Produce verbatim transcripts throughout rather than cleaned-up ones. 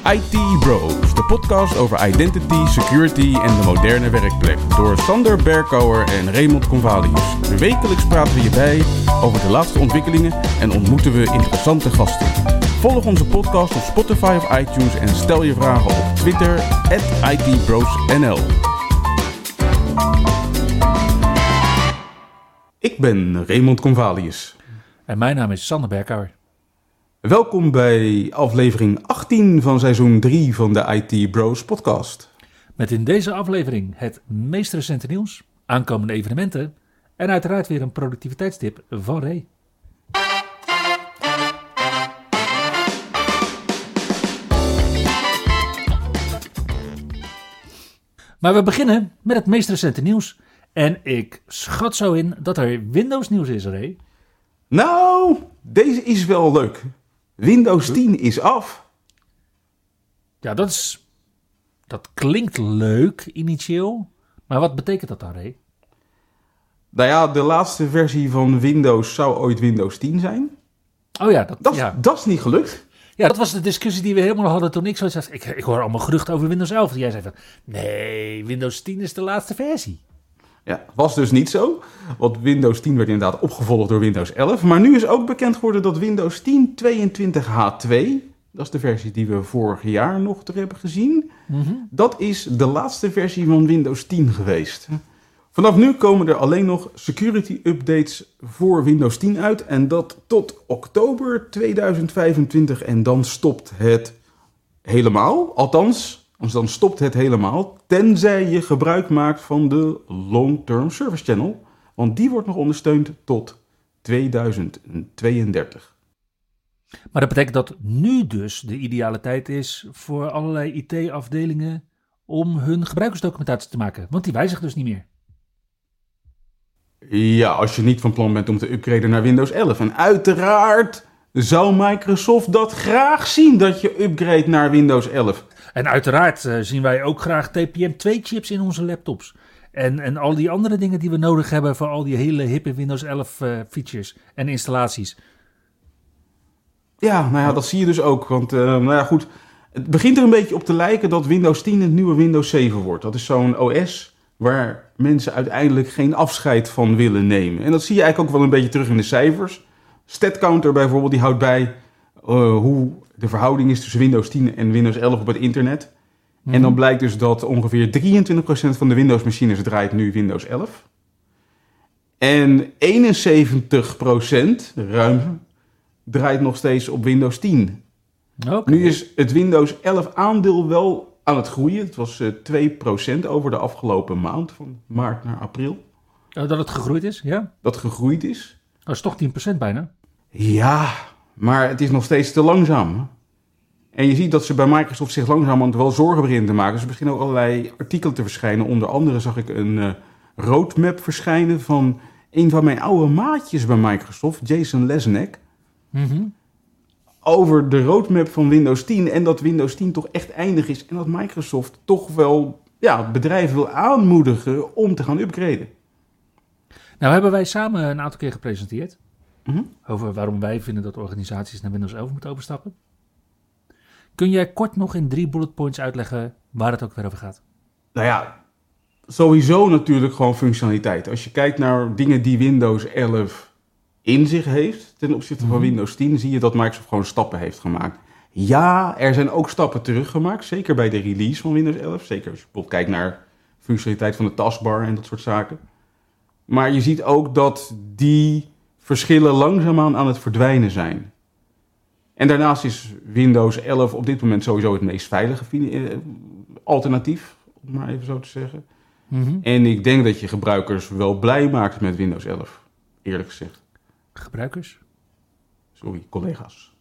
I T Bros, de podcast over identity, security en de moderne werkplek. Door Sander Berkouwer en Raymond Convalius. Wekelijks praten we je bij over de laatste ontwikkelingen en ontmoeten we interessante gasten. Volg onze podcast op Spotify of iTunes en stel je vragen op Twitter at I T Bros N L. Ik ben Raymond Convalius. En mijn naam is Sander Berkouwer. Welkom bij aflevering achttien van seizoen drie van de I T Bros podcast. Met in deze aflevering het meest recente nieuws, aankomende evenementen en uiteraard weer een productiviteitstip van Ray. Maar we beginnen met het meest recente nieuws. En ik schat zo in dat er Windows nieuws is, Ray. Nou, deze is wel leuk. Windows tien is af. Ja, dat is... Dat klinkt leuk initieel. Maar wat betekent dat dan, Ray? Nou ja, de laatste versie van Windows zou ooit Windows tien zijn. Oh ja, dat, Dat, ja. dat is niet gelukt. Ja, dat was de discussie die we helemaal hadden toen ik zoiets had. Ik, ik hoor allemaal geruchten over Windows elf. En jij zei van, nee, Windows tien is de laatste versie. Ja, was dus niet zo. Want Windows tien werd inderdaad opgevolgd door Windows elf. Maar nu is ook bekend geworden dat Windows tien tweeëntwintig H twee... dat is de versie die we vorig jaar nog ter hebben gezien. Mm-hmm. Dat is de laatste versie van Windows tien geweest. Vanaf nu komen er alleen nog security updates voor Windows tien uit. En dat tot oktober tweeduizend vijfentwintig. En dan stopt het helemaal. Althans, dan stopt het helemaal. Tenzij je gebruik maakt van de Long-Term Service Channel. Want die wordt nog ondersteund tot tweeduizend tweeëndertig. Maar dat betekent dat nu dus de ideale tijd is voor allerlei I T-afdelingen om hun gebruikersdocumentatie te maken. Want die wijzigt dus niet meer. Ja, als je niet van plan bent om te upgraden naar Windows elf. En uiteraard zou Microsoft dat graag zien, dat je upgrade naar Windows elf. En uiteraard uh, zien wij ook graag T P M twee chips in onze laptops. En, en al die andere dingen die we nodig hebben voor al die hele hippe Windows elf uh, features en installaties. Ja, nou ja, dat zie je dus ook. Want, uh, nou ja, goed. Het begint er een beetje op te lijken dat Windows tien het nieuwe Windows zeven wordt. Dat is zo'n O S waar mensen uiteindelijk geen afscheid van willen nemen. En dat zie je eigenlijk ook wel een beetje terug in de cijfers. StatCounter bijvoorbeeld, die houdt bij uh, hoe de verhouding is tussen Windows tien en Windows elf op het internet. Mm-hmm. En dan blijkt dus dat ongeveer drieëntwintig procent van de Windows-machines draait nu Windows elf. En eenenzeventig procent, ruim, draait nog steeds op Windows tien. Okay. Nu is het Windows elf aandeel wel aan het groeien. Het was uh, twee procent over de afgelopen maand, van maart naar april. Oh, dat het gegroeid is, ja? Dat gegroeid is. Dat is toch tien procent bijna? Ja, maar het is nog steeds te langzaam. Hè? En je ziet dat ze bij Microsoft zich langzamerhand wel zorgen beginnen te maken. Ze beginnen ook allerlei artikelen te verschijnen. Onder andere zag ik een uh, roadmap verschijnen van een van mijn oude maatjes bij Microsoft, Jason Lesniak. Mm-hmm. Over de roadmap van Windows tien en dat Windows tien toch echt eindig is. En dat Microsoft toch wel ja, bedrijven wil aanmoedigen om te gaan upgraden. Nou hebben wij samen een aantal keer gepresenteerd. Mm-hmm. Over waarom wij vinden dat organisaties naar Windows elf moeten overstappen. Kun jij kort nog in drie bullet points uitleggen waar het ook weer over gaat? Nou ja, sowieso natuurlijk gewoon functionaliteit. Als je kijkt naar dingen die Windows elf in zich heeft ten opzichte van Windows tien, zie je dat Microsoft gewoon stappen heeft gemaakt. Ja, er zijn ook stappen teruggemaakt, zeker bij de release van Windows elf. Zeker als je bijvoorbeeld kijkt naar functionaliteit van de taskbar en dat soort zaken. Maar je ziet ook dat die verschillen langzaamaan aan het verdwijnen zijn. En daarnaast is Windows elf op dit moment sowieso het meest veilige eh, alternatief, om maar even zo te zeggen. Mm-hmm. En ik denk dat je gebruikers wel blij maakt met Windows elf, eerlijk gezegd. Gebruikers? Sorry, collega's.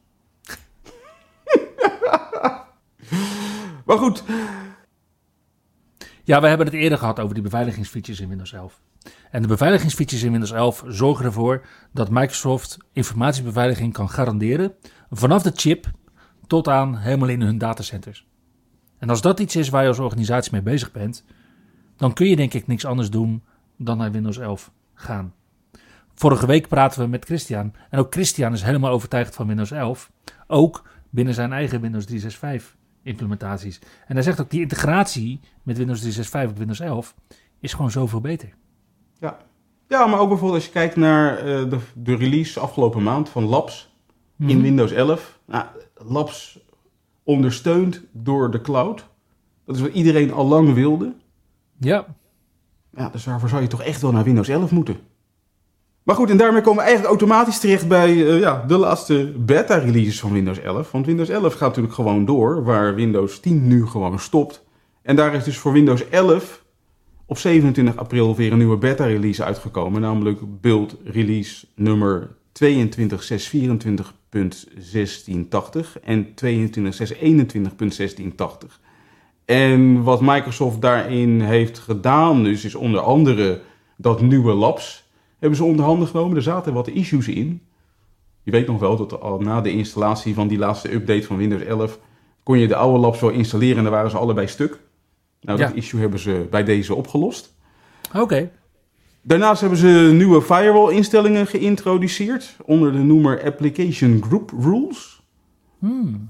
Maar goed. Ja, we hebben het eerder gehad over die beveiligingsfeatures in Windows elf. En de beveiligingsfeatures in Windows elf zorgen ervoor dat Microsoft informatiebeveiliging kan garanderen vanaf de chip tot aan helemaal in hun datacenters. En als dat iets is waar je als organisatie mee bezig bent, dan kun je denk ik niks anders doen dan naar Windows elf gaan. Vorige week praten we met Christian. En ook Christian is helemaal overtuigd van Windows elf. Ook binnen zijn eigen Windows driehonderdzesenzestigvijf implementaties. En hij zegt ook, die integratie met Windows driehonderdzesenzestig vijf op Windows elf is gewoon zoveel beter. Ja, ja maar ook bijvoorbeeld als je kijkt naar uh, de, de release afgelopen maand van Labs mm-hmm. in Windows elf. Nou, Labs ondersteund door de cloud. Dat is wat iedereen al lang wilde. Ja. Ja, dus daarvoor zou je toch echt wel naar Windows elf moeten. Maar goed, en daarmee komen we eigenlijk automatisch terecht bij uh, ja, de laatste beta-releases van Windows elf. Want Windows elf gaat natuurlijk gewoon door, waar Windows tien nu gewoon stopt. En daar is dus voor Windows elf op zevenentwintig april weer een nieuwe beta-release uitgekomen. Namelijk build release nummer tweeëntwintig zes vierentwintig punt zestien tachtig en tweeëntwintig zes eenentwintig punt zestien tachtig. En wat Microsoft daarin heeft gedaan, dus is onder andere dat nieuwe Labs hebben ze onder handen genomen. Er zaten wat issues in. Je weet nog wel dat al na de installatie van die laatste update van Windows elf kon je de oude Labs wel installeren en dan waren ze allebei stuk. Nou, dat ja. issue hebben ze bij deze opgelost. Oké. Okay. Daarnaast hebben ze nieuwe firewall-instellingen geïntroduceerd onder de noemer Application Group Rules. Hmm.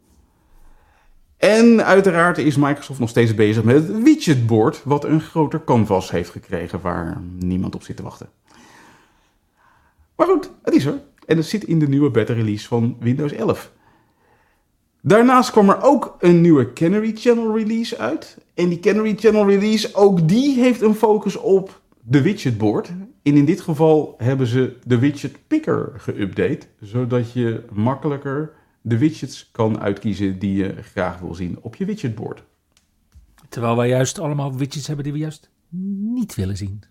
En uiteraard is Microsoft nog steeds bezig met het widgetboard, wat een groter canvas heeft gekregen waar niemand op zit te wachten. Maar goed, het is er. En het zit in de nieuwe beta-release van Windows elf. Daarnaast kwam er ook een nieuwe Canary Channel release uit. En die Canary Channel release, ook die heeft een focus op de widgetboard. En in dit geval hebben ze de widget picker geüpdate, zodat je makkelijker de widgets kan uitkiezen die je graag wil zien op je widgetboard. Terwijl wij juist allemaal widgets hebben die we juist niet willen zien.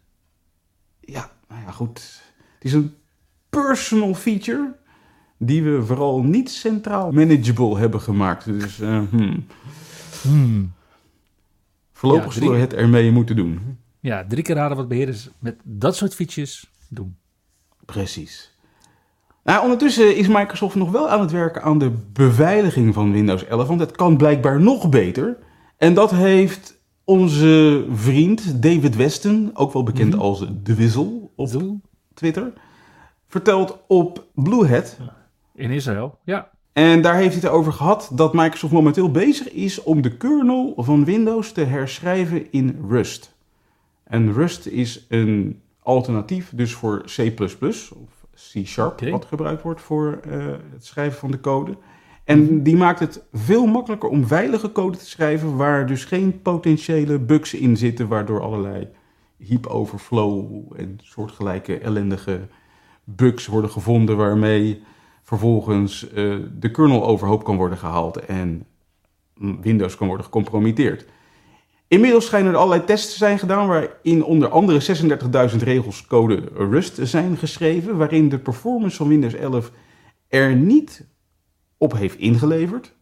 Ja, nou ja, goed. Het is een personal feature die we vooral niet centraal manageable hebben gemaakt. Dus uh, hmm. Hmm. voorlopig ja, zullen we het ermee moeten doen. Ja, drie keer raden wat beheerders met dat soort features doen. Precies. Nou, ondertussen is Microsoft nog wel aan het werken aan de beveiliging van Windows elf, want het kan blijkbaar nog beter. En dat heeft onze vriend David Weston, ook wel bekend mm-hmm. als The Wizzle op Doel. Twitter, verteld op Bluehat. In Israël, ja. En daar heeft hij het over gehad dat Microsoft momenteel bezig is om de kernel van Windows te herschrijven in Rust. En Rust is een alternatief dus voor C plus plus, of C-sharp, okay. wat gebruikt wordt voor uh, het schrijven van de code. En die maakt het veel makkelijker om veilige code te schrijven, waar dus geen potentiële bugs in zitten, waardoor allerlei heap overflow en soortgelijke ellendige bugs worden gevonden, waarmee vervolgens uh, de kernel overhoop kan worden gehaald en Windows kan worden gecompromitteerd. Inmiddels schijnen er allerlei tests te zijn gedaan waarin onder andere zesendertigduizend regels code Rust zijn geschreven, waarin de performance van Windows elf er niet op heeft ingeleverd.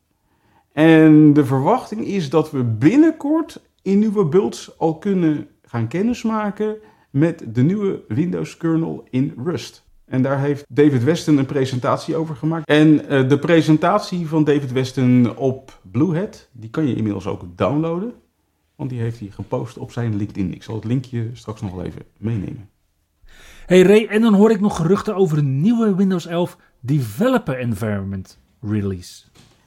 En de verwachting is dat we binnenkort in nieuwe builds al kunnen gaan kennismaken met de nieuwe Windows kernel in Rust. En daar heeft David Weston een presentatie over gemaakt. En uh, de presentatie van David Weston op Bluehat, die kan je inmiddels ook downloaden. Want die heeft hij gepost op zijn LinkedIn. Ik zal het linkje straks nog wel even meenemen. Hey Ray, en dan hoor ik nog geruchten over een nieuwe Windows elf Developer Environment release.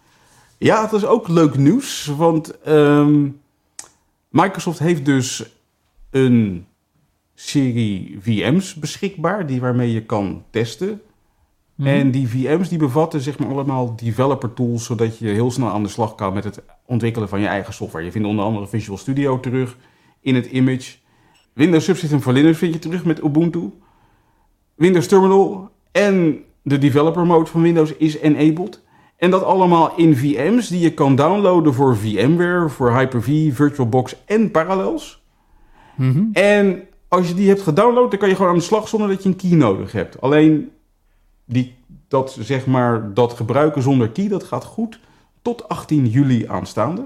Ja, dat is ook leuk nieuws. Want um, Microsoft heeft dus een serie V M's beschikbaar, die waarmee je kan testen. Mm. En die V M's die bevatten zeg maar allemaal developer tools, zodat je heel snel aan de slag kan met het ontwikkelen van je eigen software. Je vindt onder andere Visual Studio terug in het image. Windows Subsystem voor Linux vind je terug met Ubuntu. Windows Terminal en de developer mode van Windows is enabled. En dat allemaal in V M's die je kan downloaden voor VMware, voor Hyper-V, VirtualBox en Parallels. Mm-hmm. En als je die hebt gedownload, dan kan je gewoon aan de slag zonder dat je een key nodig hebt. Alleen die, dat, zeg maar, dat gebruiken zonder key, dat gaat goed tot achttien juli aanstaande.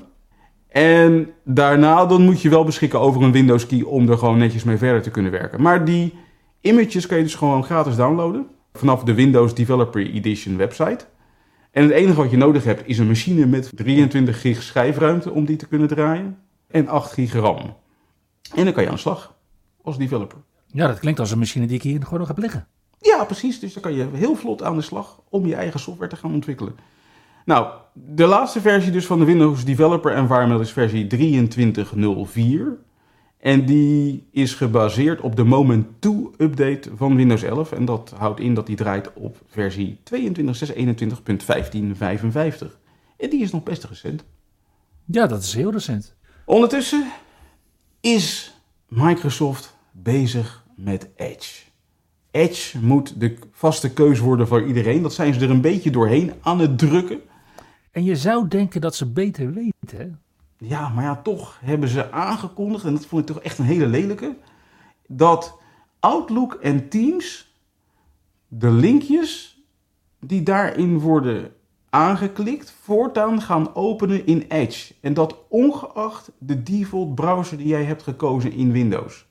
En daarna dan moet je wel beschikken over een Windows key om er gewoon netjes mee verder te kunnen werken. Maar die images kan je dus gewoon gratis downloaden vanaf de Windows Developer Edition website. En het enige wat je nodig hebt is een machine met drieëntwintig gig schijfruimte om die te kunnen draaien. En acht gig RAM. En dan kan je aan de slag als developer. Ja, dat klinkt als een machine die ik hier gewoon nog heb liggen. Ja, precies. Dus dan kan je heel vlot aan de slag om je eigen software te gaan ontwikkelen. Nou, de laatste versie dus van de Windows Developer Environment is versie drieëntwintig nul vier. En die is gebaseerd op de Moment twee update van Windows elf. En dat houdt in dat die draait op versie tweeëntwintig zes eenentwintig punt vijftien vijfenvijftig. En die is nog best recent. Ja, dat is heel recent. Ondertussen is Microsoft bezig met Edge. Edge moet de vaste keus worden voor iedereen. Dat zijn ze er een beetje doorheen aan het drukken. En je zou denken dat ze beter weten, hè? Ja, maar ja, toch hebben ze aangekondigd, en dat vond ik toch echt een hele lelijke, dat Outlook en Teams, de linkjes die daarin worden aangeklikt, voortaan gaan openen in Edge. En dat ongeacht de default browser die jij hebt gekozen in Windows.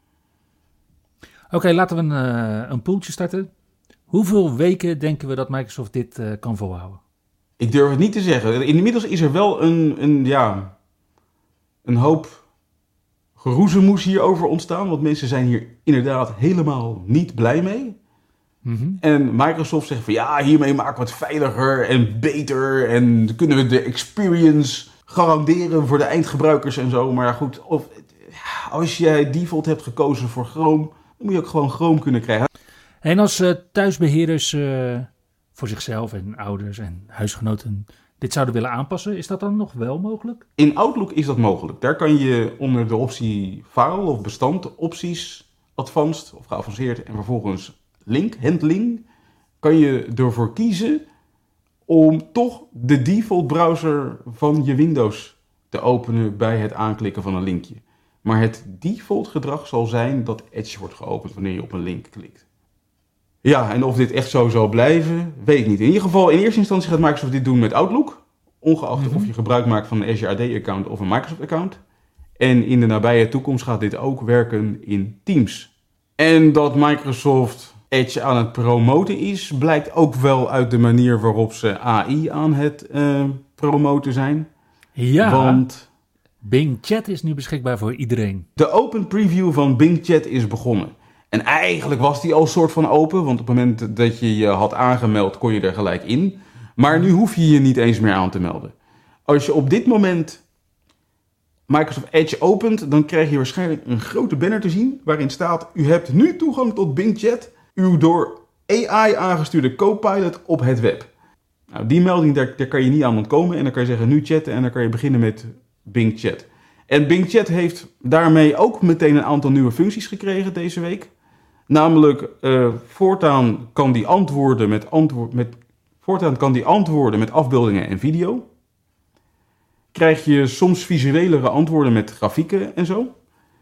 Oké, okay, laten we een, uh, een poeltje starten. Hoeveel weken denken we dat Microsoft dit uh, kan volhouden? Ik durf het niet te zeggen. Inmiddels is er wel een, een, ja, een hoop geroezemoes hierover ontstaan. Want mensen zijn hier inderdaad helemaal niet blij mee. Mm-hmm. En Microsoft zegt van ja, hiermee maken we het veiliger en beter. En kunnen we de experience garanderen voor de eindgebruikers en zo. Maar goed, of, als jij default hebt gekozen voor Chrome, dan moet je ook gewoon Chrome kunnen krijgen. En als uh, thuisbeheerders uh, voor zichzelf en ouders en huisgenoten dit zouden willen aanpassen, is dat dan nog wel mogelijk? In Outlook is dat mogelijk. Daar kan je onder de optie file of bestand opties advanced of geavanceerd en vervolgens link, handling, kan je ervoor kiezen om toch de default browser van je Windows te openen bij het aanklikken van een linkje. Maar het default gedrag zal zijn dat Edge wordt geopend wanneer je op een link klikt. Ja, en of dit echt zo zal blijven, weet ik niet. In ieder geval, in eerste instantie gaat Microsoft dit doen met Outlook. Ongeacht mm-hmm. of je gebruik maakt van een Azure A D-account of een Microsoft-account. En in de nabije toekomst gaat dit ook werken in Teams. En dat Microsoft Edge aan het promoten is, blijkt ook wel uit de manier waarop ze A I aan het uh, promoten zijn. Ja, want Bing Chat is nu beschikbaar voor iedereen. De open preview van Bing Chat is begonnen. En eigenlijk was die al soort van open, want op het moment dat je je had aangemeld, kon je er gelijk in. Maar nu hoef je je niet eens meer aan te melden. Als je op dit moment Microsoft Edge opent, dan krijg je waarschijnlijk een grote banner te zien waarin staat: u hebt nu toegang tot Bing Chat, uw door A I aangestuurde Copilot op het web. Nou, die melding, daar, daar kan je niet aan ontkomen en dan kan je zeggen nu chatten en dan kan je beginnen met Bing Chat. En Bing Chat heeft daarmee ook meteen een aantal nieuwe functies gekregen deze week. Namelijk, uh, voortaan kan die antwoorden met, antwoord, met, voortaan kan die antwoorden met afbeeldingen en video. Krijg je soms visuelere antwoorden met grafieken en zo.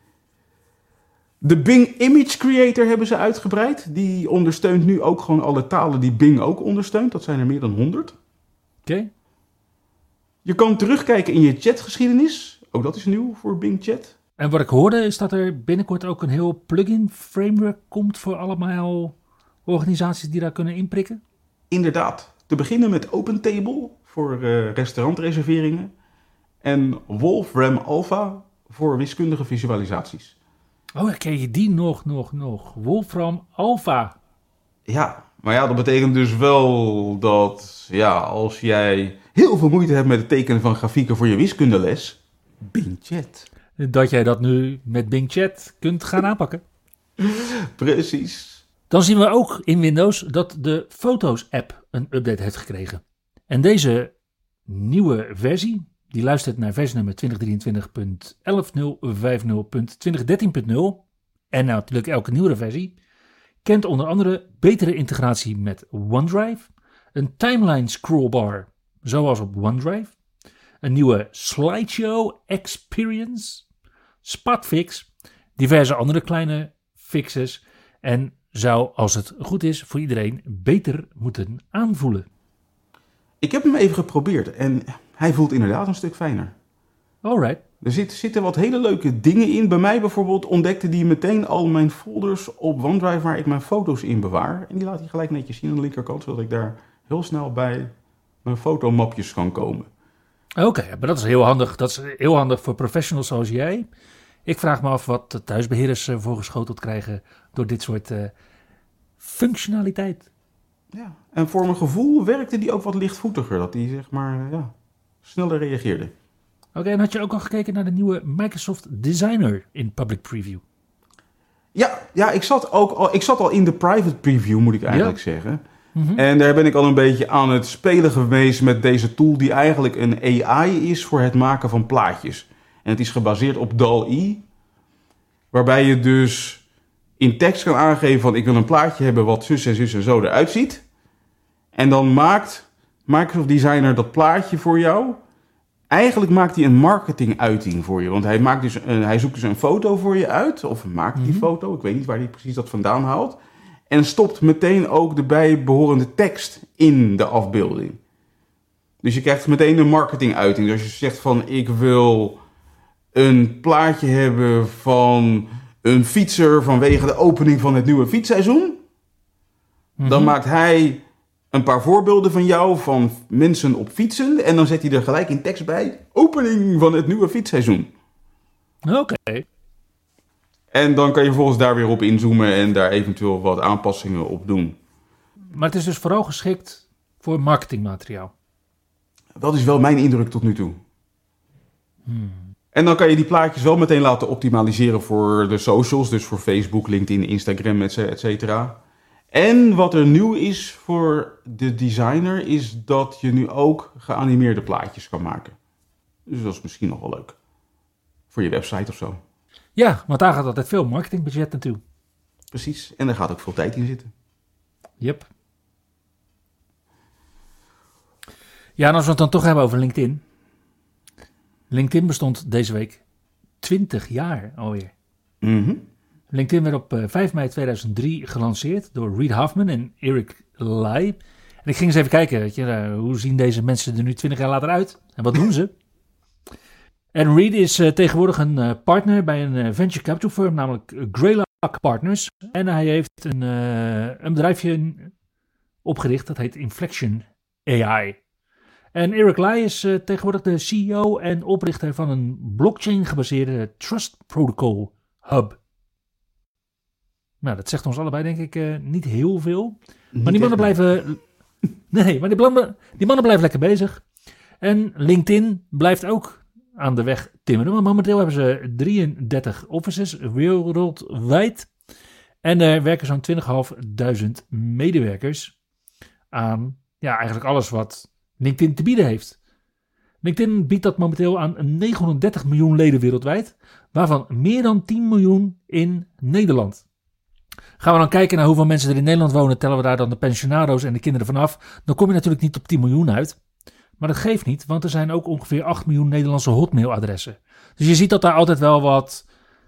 De Bing Image Creator hebben ze uitgebreid. Die ondersteunt nu ook gewoon alle talen die Bing ook ondersteunt. Dat zijn er meer dan honderd. Oké. Okay. Je kan terugkijken in je chatgeschiedenis. Ook dat is nieuw voor Bing Chat. En wat ik hoorde is dat er binnenkort ook een heel plugin framework komt voor allemaal organisaties die daar kunnen inprikken. Inderdaad. Te beginnen met OpenTable voor uh, restaurantreserveringen. En Wolfram Alpha voor wiskundige visualisaties. Oh, herken je die nog, nog, nog? Wolfram Alpha. Ja, maar ja, dat betekent dus wel dat ja, als jij heel veel moeite hebt met het tekenen van grafieken voor je wiskundeles, Bing Chat. Dat jij dat nu met Bing Chat kunt gaan aanpakken. Precies. Dan zien we ook in Windows dat de Foto's-app een update heeft gekregen. En deze nieuwe versie, die luistert naar versienummer twintig drieëntwintig punt elf nul vijftig punt twintig dertien punt nul. En natuurlijk elke nieuwe versie kent onder andere betere integratie met OneDrive, een timeline scrollbar zoals op OneDrive, een nieuwe slideshow experience, spotfix, diverse andere kleine fixes en zou, als het goed is, voor iedereen beter moeten aanvoelen. Ik heb hem even geprobeerd en hij voelt inderdaad een stuk fijner. Alright. Er zit, zitten wat hele leuke dingen in. Bij mij bijvoorbeeld ontdekte die meteen al mijn folders op OneDrive waar ik mijn foto's in bewaar. En die laat hij gelijk netjes zien aan de linkerkant, zodat ik daar heel snel bij mijn fotomapjes kan komen. Oké, okay, maar dat is heel handig. Dat is heel handig voor professionals zoals jij. Ik vraag me af wat de thuisbeheerders voorgeschoteld krijgen door dit soort uh, functionaliteit. Ja. En voor mijn gevoel werkte die ook wat lichtvoetiger. Dat die zeg maar ja, sneller reageerde. Oké, okay, en had je ook al gekeken naar de nieuwe Microsoft Designer in public preview? Ja, ja ik, zat ook al, ik zat al in de private preview, moet ik eigenlijk ja. zeggen. Mm-hmm. En daar ben ik al een beetje aan het spelen geweest met deze tool die eigenlijk een A I is voor het maken van plaatjes. En het is gebaseerd op D A L L-E, waarbij je dus in tekst kan aangeven van ik wil een plaatje hebben wat zus en zus en zo eruit ziet. En dan maakt Microsoft Designer dat plaatje voor jou. Eigenlijk maakt hij een marketinguiting voor je. Want hij, maakt dus een, hij zoekt dus een foto voor je uit. Of maakt die mm-hmm. foto. Ik weet niet waar hij precies dat vandaan haalt. En stopt meteen ook de bijbehorende tekst in de afbeelding. Dus je krijgt meteen een marketinguiting. Dus als je zegt van ik wil een plaatje hebben van een fietser vanwege de opening van het nieuwe fietsseizoen. Mm-hmm. Dan maakt hij een paar voorbeelden van jou van mensen op fietsen. En dan zet hij er gelijk in tekst bij. Opening van het nieuwe fietsseizoen. Oké. Okay. En dan kan je vervolgens daar weer op inzoomen en daar eventueel wat aanpassingen op doen. Maar het is dus vooral geschikt voor marketingmateriaal. Dat is wel mijn indruk tot nu toe. Hmm. En dan kan je die plaatjes wel meteen laten optimaliseren voor de socials. Dus voor Facebook, LinkedIn, Instagram, et cetera. En wat er nieuw is voor de designer is dat je nu ook geanimeerde plaatjes kan maken. Dus dat is misschien nog wel leuk. Voor je website of zo. Ja, want daar gaat altijd veel marketingbudget naartoe. Precies, en daar gaat ook veel tijd in zitten. Yep. Ja, en als we het dan toch hebben over LinkedIn. LinkedIn bestond deze week twintig jaar alweer. Mm-hmm. LinkedIn werd op vijf mei tweeduizend drie gelanceerd door Reid Hoffman en Eric Lai. En ik ging eens even kijken, weet je, hoe zien deze mensen er nu twintig jaar later uit? En wat doen ze? En Reid is uh, tegenwoordig een uh, partner bij een uh, venture capital firm, namelijk Greylock Partners. En hij heeft een, uh, een bedrijfje opgericht, dat heet Inflection A I. En Eric Lai is uh, tegenwoordig de C E O en oprichter van een blockchain-gebaseerde Trust Protocol Hub. Nou, dat zegt ons allebei denk ik uh, niet heel veel. Niet maar die mannen blijven... Nee, maar die mannen, die mannen blijven lekker bezig. En LinkedIn blijft ook aan de weg timmeren. Want momenteel hebben ze drieëndertig offices wereldwijd. En er werken zo'n twintigduizend medewerkers aan ja, eigenlijk alles wat LinkedIn te bieden heeft. LinkedIn biedt dat momenteel aan negenhonderddertig miljoen leden wereldwijd, waarvan meer dan tien miljoen in Nederland. Gaan we dan kijken naar hoeveel mensen er in Nederland wonen, tellen we daar dan de pensionado's en de kinderen vanaf, dan kom je natuurlijk niet op tien miljoen uit. Maar dat geeft niet, want er zijn ook ongeveer acht miljoen Nederlandse hotmailadressen. Dus je ziet dat daar altijd wel wat,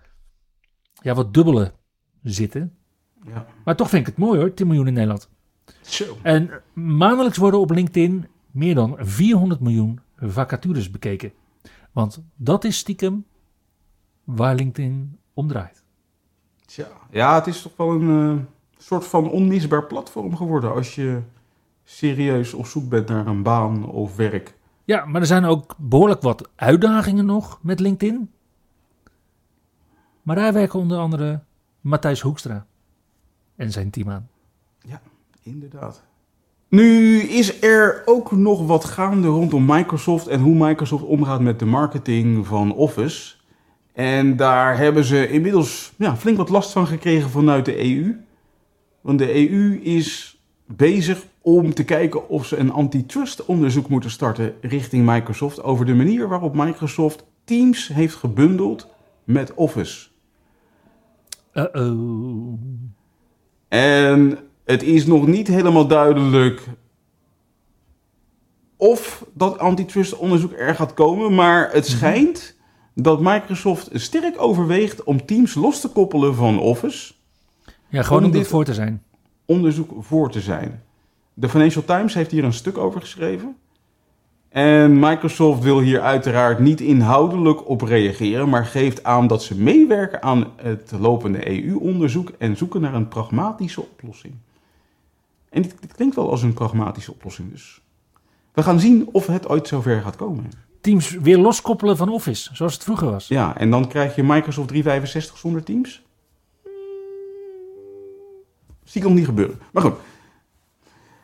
ja, wat dubbele zitten. Ja. Maar toch vind ik het mooi hoor, tien miljoen in Nederland. Zo. En maandelijks worden op LinkedIn meer dan vierhonderd miljoen vacatures bekeken. Want dat is stiekem waar LinkedIn om draait. Tja. Ja, het is toch wel een uh, soort van onmisbaar platform geworden als je serieus op zoek bent naar een baan of werk. Ja, maar er zijn ook behoorlijk wat uitdagingen nog met LinkedIn. Maar daar werken onder andere Matthijs Hoekstra en zijn team aan. Ja, inderdaad. Nu is er ook nog wat gaande rondom Microsoft en hoe Microsoft omgaat met de marketing van Office. En daar hebben ze inmiddels ja, flink wat last van gekregen vanuit de E U. Want de E U is bezig om te kijken of ze een antitrust onderzoek moeten starten richting Microsoft over de manier waarop Microsoft Teams heeft gebundeld met Office. Uh-oh. En het is nog niet helemaal duidelijk of dat antitrust onderzoek er gaat komen, maar het schijnt dat Microsoft sterk overweegt om Teams los te koppelen van Office. Ja, gewoon om dit voor te zijn. Onderzoek voor te zijn. De Financial Times heeft hier een stuk over geschreven. En Microsoft wil hier uiteraard niet inhoudelijk op reageren, maar geeft aan dat ze meewerken aan het lopende E U-onderzoek en zoeken naar een pragmatische oplossing. En dit, dit klinkt wel als een pragmatische oplossing dus. We gaan zien of het ooit zover gaat komen. Teams weer loskoppelen van Office, zoals het vroeger was. Ja, en dan krijg je Microsoft driehonderdvijfenzestig zonder Teams. Zie ik nog niet gebeuren. Maar goed.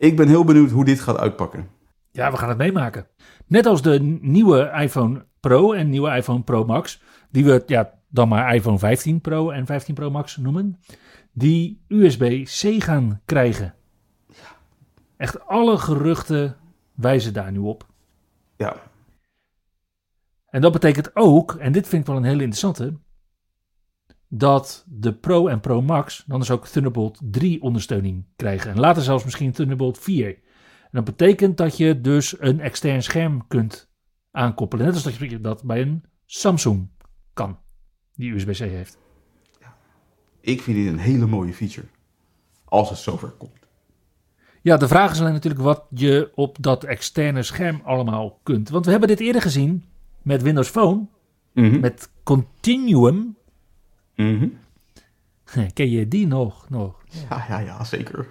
Ik ben heel benieuwd hoe dit gaat uitpakken. Ja, we gaan het meemaken. Net als de nieuwe iPhone Pro en nieuwe iPhone Pro Max, die we ja, dan maar iPhone vijftien Pro en vijftien Pro Max noemen, die U S B-C gaan krijgen. Echt alle geruchten wijzen daar nu op. Ja. En dat betekent ook, en dit vind ik wel een hele interessante, dat de Pro en Pro Max dan dus ook Thunderbolt drie ondersteuning krijgen. En later zelfs misschien Thunderbolt vier. En dat betekent dat je dus een extern scherm kunt aankoppelen. Net als dat je dat bij een Samsung kan, die U S B-C heeft. Ja. Ik vind dit een hele mooie feature. Als het zover komt. Ja, de vraag is alleen natuurlijk wat je op dat externe scherm allemaal kunt. Want we hebben dit eerder gezien met Windows Phone, Mm-hmm. met Continuum. Mm-hmm. Ken je die nog? nog? Ja, ja, ja, zeker.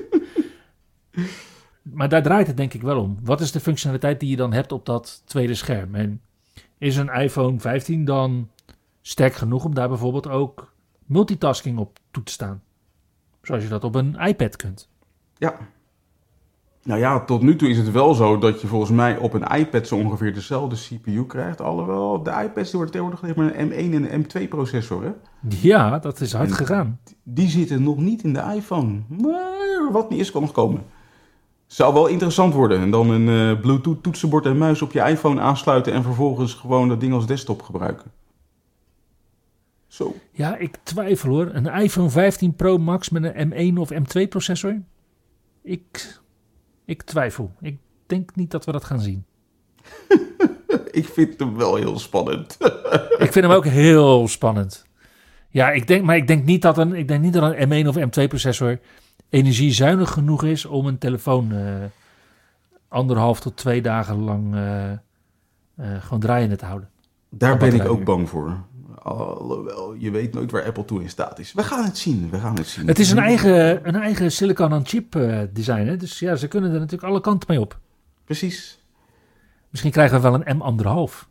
Maar daar draait het denk ik wel om. Wat is de functionaliteit die je dan hebt op dat tweede scherm? En is een iPhone vijftien dan sterk genoeg om daar bijvoorbeeld ook multitasking op toe te staan? Zoals je dat op een iPad kunt. Ja. Nou ja, tot nu toe is het wel zo dat je volgens mij op een iPad zo ongeveer dezelfde C P U krijgt. Alhoewel, de iPads die worden tegenwoordig met een M één en een M twee processor, hè? Ja, dat is hard En gegaan. Die zitten nog niet in de iPhone. Maar wat niet is, kan nog komen. Zou wel interessant worden. En dan een uh, Bluetooth toetsenbord en muis op je iPhone aansluiten en vervolgens gewoon dat ding als desktop gebruiken. Zo. Ja, ik twijfel hoor. Een iPhone vijftien Pro Max met een M één of M twee processor? Ik, ik twijfel. Ik denk niet dat we dat gaan zien. Ik vind hem wel heel spannend. Ik vind hem ook heel spannend. Ja, ik denk, maar ik denk niet dat een, ik denk niet dat een M één of M twee processor energiezuinig genoeg is om een telefoon uh, anderhalf tot twee dagen lang uh, uh, gewoon draaiende te houden. Daar ben ik ook bang voor. Alhoewel, je weet nooit waar Apple toe in staat is. We gaan het zien, we gaan het zien. Het is een eigen, een eigen silicon-on-chip uh, design, hè? Dus ja, ze kunnen er natuurlijk alle kanten mee op. Precies. Misschien krijgen we wel een M anderhalf.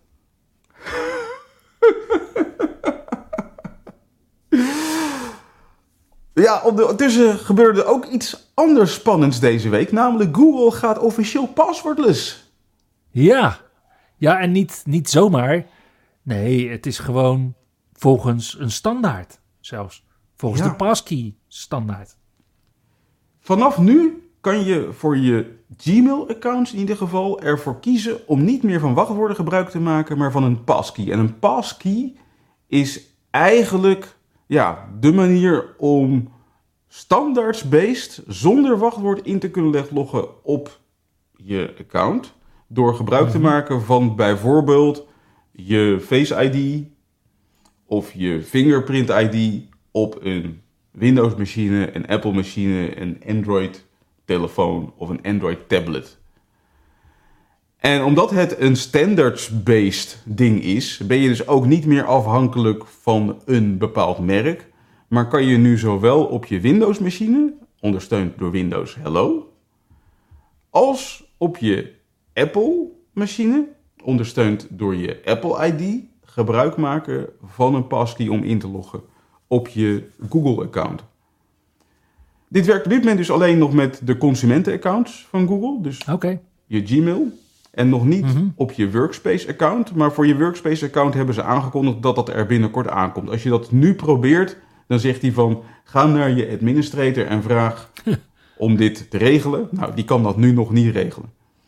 Ja, ondertussen gebeurde er ook iets anders spannends deze week. Namelijk Google gaat officieel passwordless. Ja, ja en niet, niet zomaar. Nee, het is gewoon volgens een standaard zelfs. Volgens ja. de passkey standaard. Vanaf nu kan je voor je Gmail-accounts in ieder geval ervoor kiezen om niet meer van wachtwoorden gebruik te maken, maar van een passkey. En een passkey is eigenlijk ja, de manier om standaards-based zonder wachtwoord in te kunnen loggen op je account. Door gebruik te maken van bijvoorbeeld je Face I D of je Fingerprint I D op een Windows-machine, een Apple-machine, een Android-telefoon of een Android-tablet. En omdat het een standards-based ding is, ben je dus ook niet meer afhankelijk van een bepaald merk, maar kan je nu zowel op je Windows-machine, ondersteund door Windows Hello, als op je Apple-machine, ondersteund door je Apple I D, gebruik maken van een passkey om in te loggen op je Google-account. Dit werkt op dit moment dus alleen nog met de consumenten-accounts van Google, dus okay. je Gmail, en nog niet mm-hmm. op je Workspace-account. Maar voor je Workspace-account hebben ze aangekondigd dat dat er binnenkort aankomt. Als je dat nu probeert, dan zegt hij van, ga naar je administrator en vraag om dit te regelen. Nou, die kan dat nu nog niet regelen.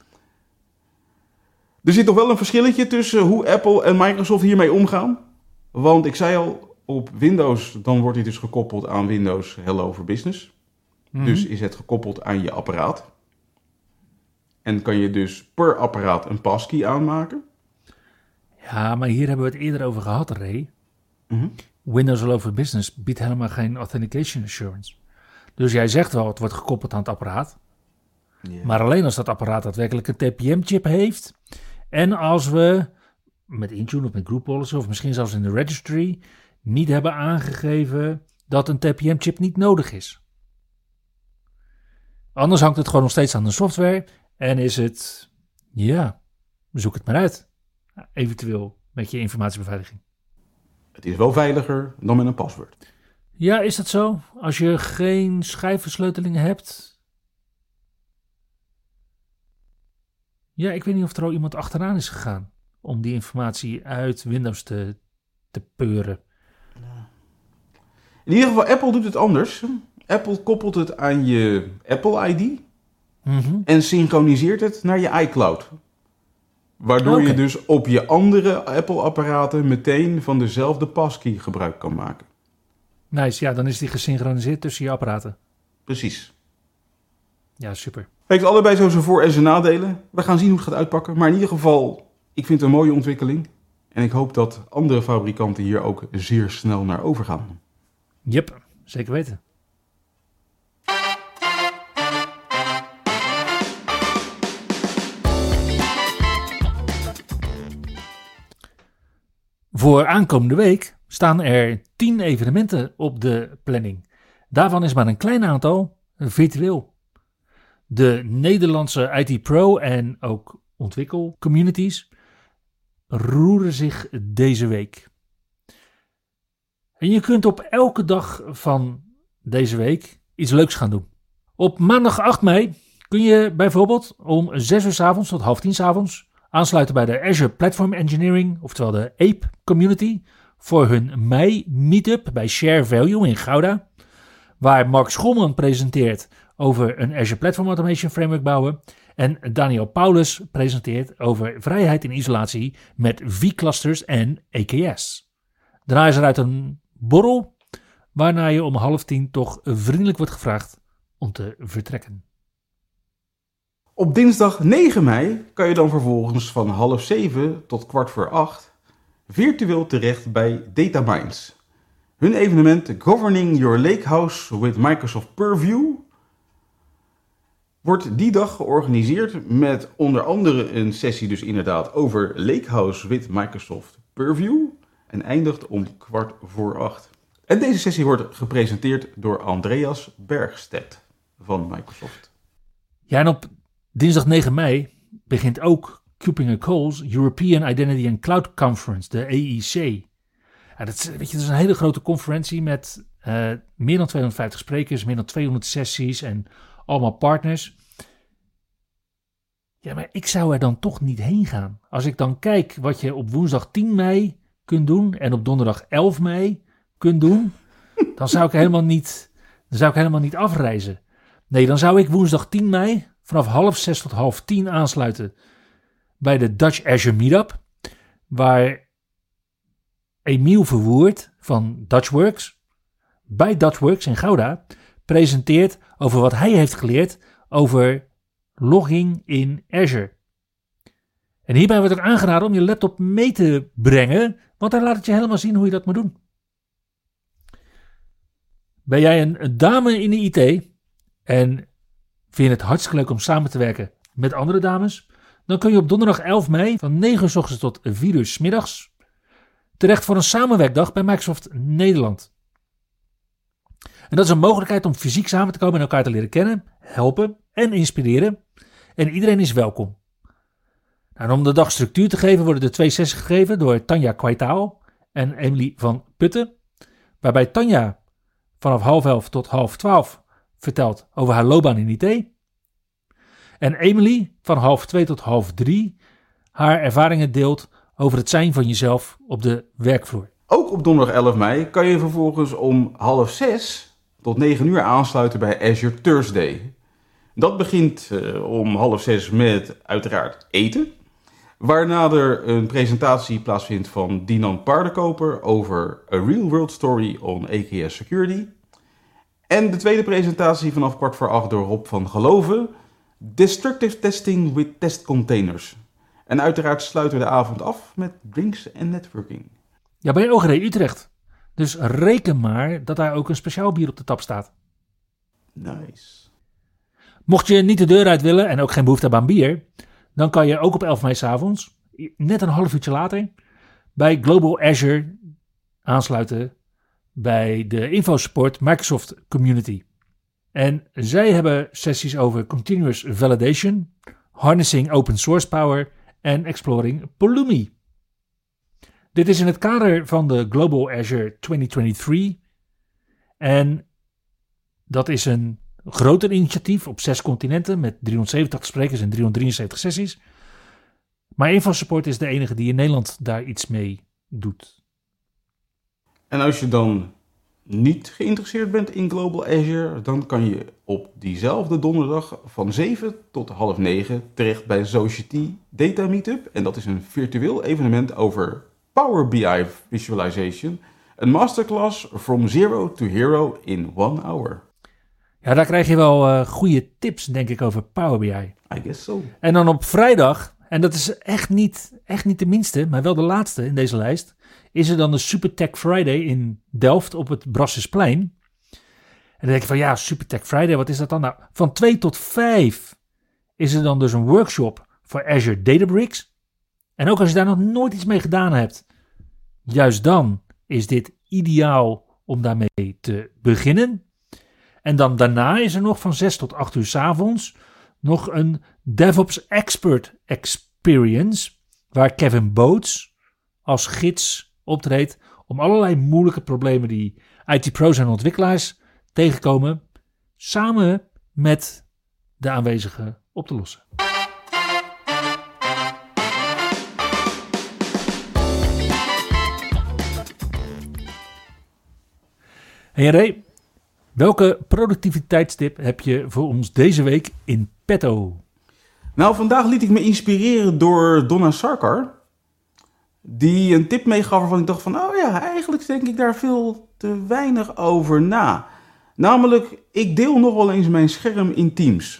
Er zit nog wel een verschilletje tussen hoe Apple en Microsoft hiermee omgaan. Want ik zei al, op Windows, dan wordt hij dus gekoppeld aan Windows Hello for Business. Mm-hmm. Dus is het gekoppeld aan je apparaat. En kan je dus per apparaat een passkey aanmaken. Ja, maar hier hebben we het eerder over gehad, Ray. Mm-hmm. Windows Hello for Business biedt helemaal geen Authentication Assurance. Dus jij zegt wel, het wordt gekoppeld aan het apparaat. Yeah. Maar alleen als dat apparaat daadwerkelijk een T P M-chip heeft. En als we met Intune of met Group Policy of misschien zelfs in de registry niet hebben aangegeven dat een T P M-chip niet nodig is. Anders hangt het gewoon nog steeds aan de software en is het, ja, zoek het maar uit. Eventueel met je informatiebeveiliging. Het is wel veiliger dan met een paswoord. Ja, is dat zo? Als je geen schijfversleutelingen hebt? Ja, ik weet niet of er al iemand achteraan is gegaan om die informatie uit Windows te, te peuren. In ieder geval, Apple doet het anders. Apple koppelt het aan je Apple I D Mm-hmm. en synchroniseert het naar je iCloud. Waardoor Okay. je dus op je andere Apple-apparaten meteen van dezelfde passkey gebruik kan maken. Nice, ja, dan is die gesynchroniseerd tussen je apparaten. Precies. Ja, super. Heeft allebei zo zijn voor- en zijn nadelen. We gaan zien hoe het gaat uitpakken. Maar in ieder geval, ik vind het een mooie ontwikkeling. En ik hoop dat andere fabrikanten hier ook zeer snel naar overgaan. Yep, zeker weten. Voor aankomende week staan er tien evenementen op de planning. Daarvan is maar een klein aantal virtueel. De Nederlandse I T Pro en ook ontwikkelcommunities roeren zich deze week. En je kunt op elke dag van deze week iets leuks gaan doen. Op maandag acht mei kun je bijvoorbeeld om zes uur 's avonds tot half tien 's avonds aansluiten bij de Azure Platform Engineering, oftewel de A P E Community, voor hun mei meetup bij Share Value in Gouda, waar Mark Scholman presenteert over een Azure Platform Automation Framework bouwen en Daniel Paulus presenteert over vrijheid in isolatie met vClusters en A K S. Daarna is er uit een borrel, waarna je om half tien toch vriendelijk wordt gevraagd om te vertrekken. Op dinsdag negen mei kan je dan vervolgens van half zeven tot kwart voor acht virtueel terecht bij DataMinds. Hun evenement Governing Your Lakehouse with Microsoft Purview wordt die dag georganiseerd met onder andere een sessie dus inderdaad over Lakehouse with Microsoft Purview en eindigt om kwart voor acht. En deze sessie wordt gepresenteerd door Andreas Bergstedt van Microsoft. Ja, en op dinsdag negen mei begint ook Cupinger Cole's European Identity and Cloud Conference, de E I C. Ja, dat, is, weet je, dat is een hele grote conferentie met uh, meer dan tweehonderdvijftig sprekers, meer dan tweehonderd sessies en allemaal partners. Ja, maar ik zou er dan toch niet heen gaan. Als ik dan kijk wat je op woensdag tien mei kunt doen en op donderdag elf mei kunt doen, dan zou ik helemaal niet, dan zou ik helemaal niet afreizen. Nee, dan zou ik woensdag tien mei vanaf half zes tot half tien aansluiten bij de Dutch Azure Meetup, waar Emiel Verwoerd van Dutchworks bij Dutchworks in Gouda presenteert over wat hij heeft geleerd over logging in Azure. En hierbij wordt er aangeraden om je laptop mee te brengen, want daar laat het je helemaal zien hoe je dat moet doen. Ben jij een dame in de I T en vind je het hartstikke leuk om samen te werken met andere dames, dan kun je op donderdag elf mei van negen uur 's ochtends tot vier uur 's middags terecht voor een samenwerkdag bij Microsoft Nederland. En dat is een mogelijkheid om fysiek samen te komen en elkaar te leren kennen, helpen en inspireren. En iedereen is welkom. Nou, en om de dag structuur te geven worden er twee sessies gegeven door Tanja Kwijtaal en Emily van Putten. Waarbij Tanja vanaf half elf tot half twaalf vertelt over haar loopbaan in I T. En Emily van half twee tot half drie haar ervaringen deelt over het zijn van jezelf op de werkvloer. Ook op donderdag elf mei kan je vervolgens om half zes tot negen uur aansluiten bij Azure Thursday. Dat begint uh, om half zes met uiteraard eten. Waarna er een presentatie plaatsvindt van Dinan Paardenkoper over A Real World Story on A K S Security. En de tweede presentatie vanaf kwart voor acht door Rob van Geloven. Destructive Testing with Test Containers. En uiteraard sluiten we de avond af met drinks en networking. Ja, bij O G D Utrecht. Dus reken maar dat daar ook een speciaal bier op de tap staat. Nice. Mocht je niet de deur uit willen en ook geen behoefte hebben aan bier, dan kan je ook op elf mei 's avonds, net een half uurtje later, bij Global Azure aansluiten bij de InfoSupport Microsoft Community. En zij hebben sessies over Continuous Validation, Harnessing Open Source Power en Exploring Pulumi. Dit is in het kader van de Global Azure twintig drieëntwintig en dat is een groter initiatief op zes continenten met driehonderdzevenentachtig sprekers en driehonderddrieënzeventig sessies, Maar InfoSupport is de enige die in Nederland daar iets mee doet. En als je dan niet geïnteresseerd bent in Global Azure, dan kan je op diezelfde donderdag van zeven tot half negen terecht bij Society Data Meetup. En dat is een virtueel evenement over Power B I Visualization. Een masterclass from zero to hero in one hour. Ja, daar krijg je wel uh, goede tips, denk ik, over Power B I. I guess so. En dan op vrijdag, en dat is echt niet, echt niet de minste, maar wel de laatste in deze lijst, is er dan de Super Tech Friday in Delft op het Brassersplein. En dan denk je van, ja, Super Tech Friday, wat is dat dan? Nou, van twee tot vijf is er dan dus een workshop voor Azure Databricks. En ook als je daar nog nooit iets mee gedaan hebt, juist dan is dit ideaal om daarmee te beginnen. En dan daarna is er nog van zes tot acht uur 's avonds nog een DevOps Expert Experience, waar Kevin Boots als gids optreedt om allerlei moeilijke problemen die I T-pro's en ontwikkelaars tegenkomen, samen met de aanwezigen op te lossen. Hey Ray, welke productiviteitstip heb je voor ons deze week in petto? Nou, vandaag liet ik me inspireren door Donna Sarkar, die een tip meegaf waarvan ik dacht van, oh ja, eigenlijk denk ik daar veel te weinig over na. Namelijk, ik deel nog wel eens mijn scherm in Teams.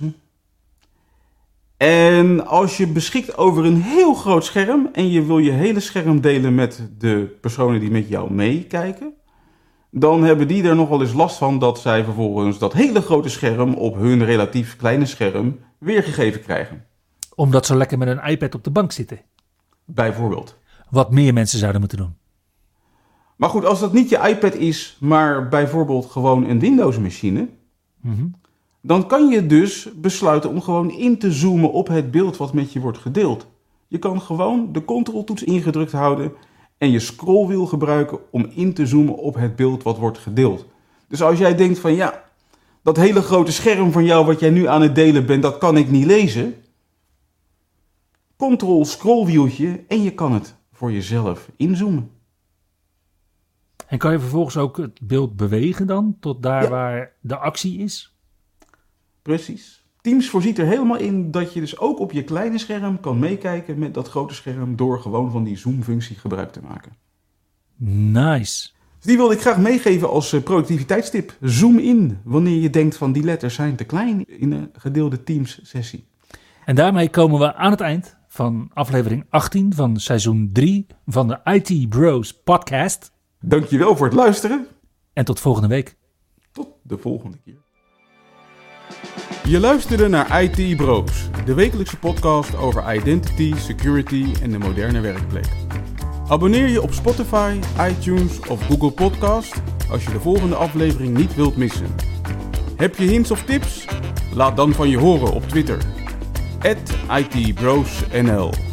En als je beschikt over een heel groot scherm en je wil je hele scherm delen met de personen die met jou meekijken, dan hebben die er nog wel eens last van dat zij vervolgens dat hele grote scherm op hun relatief kleine scherm weergegeven krijgen. Omdat ze lekker met een iPad op de bank zitten. Bijvoorbeeld. Wat meer mensen zouden moeten doen. Maar goed, als dat niet je iPad is, maar bijvoorbeeld gewoon een Windows-machine, Mm-hmm. dan kan je dus besluiten om gewoon in te zoomen op het beeld wat met je wordt gedeeld. Je kan gewoon de Ctrl-toets ingedrukt houden en je scrollwiel gebruiken om in te zoomen op het beeld wat wordt gedeeld. Dus als jij denkt van ja, dat hele grote scherm van jou wat jij nu aan het delen bent, dat kan ik niet lezen. Ctrl scrollwieltje en je kan het voor jezelf inzoomen. En kan je vervolgens ook het beeld bewegen dan, tot daar Ja. waar de actie is? Precies. Teams voorziet er helemaal in dat je dus ook op je kleine scherm kan meekijken met dat grote scherm door gewoon van die zoom-functie gebruik te maken. Nice. Dus die wilde ik graag meegeven als uh, productiviteitstip. Zoom in wanneer je denkt van die letters zijn te klein in een gedeelde Teams sessie. En daarmee komen we aan het eind van aflevering achttien van seizoen drie van de I T Bros podcast. Dankjewel voor het luisteren. En tot volgende week. Tot de volgende keer. Je luisterde naar I T Bros, de wekelijkse podcast over identity, security en de moderne werkplek. Abonneer je op Spotify, iTunes of Google Podcast als je de volgende aflevering niet wilt missen. Heb je hints of tips? Laat dan van je horen op Twitter. at I T Bros N L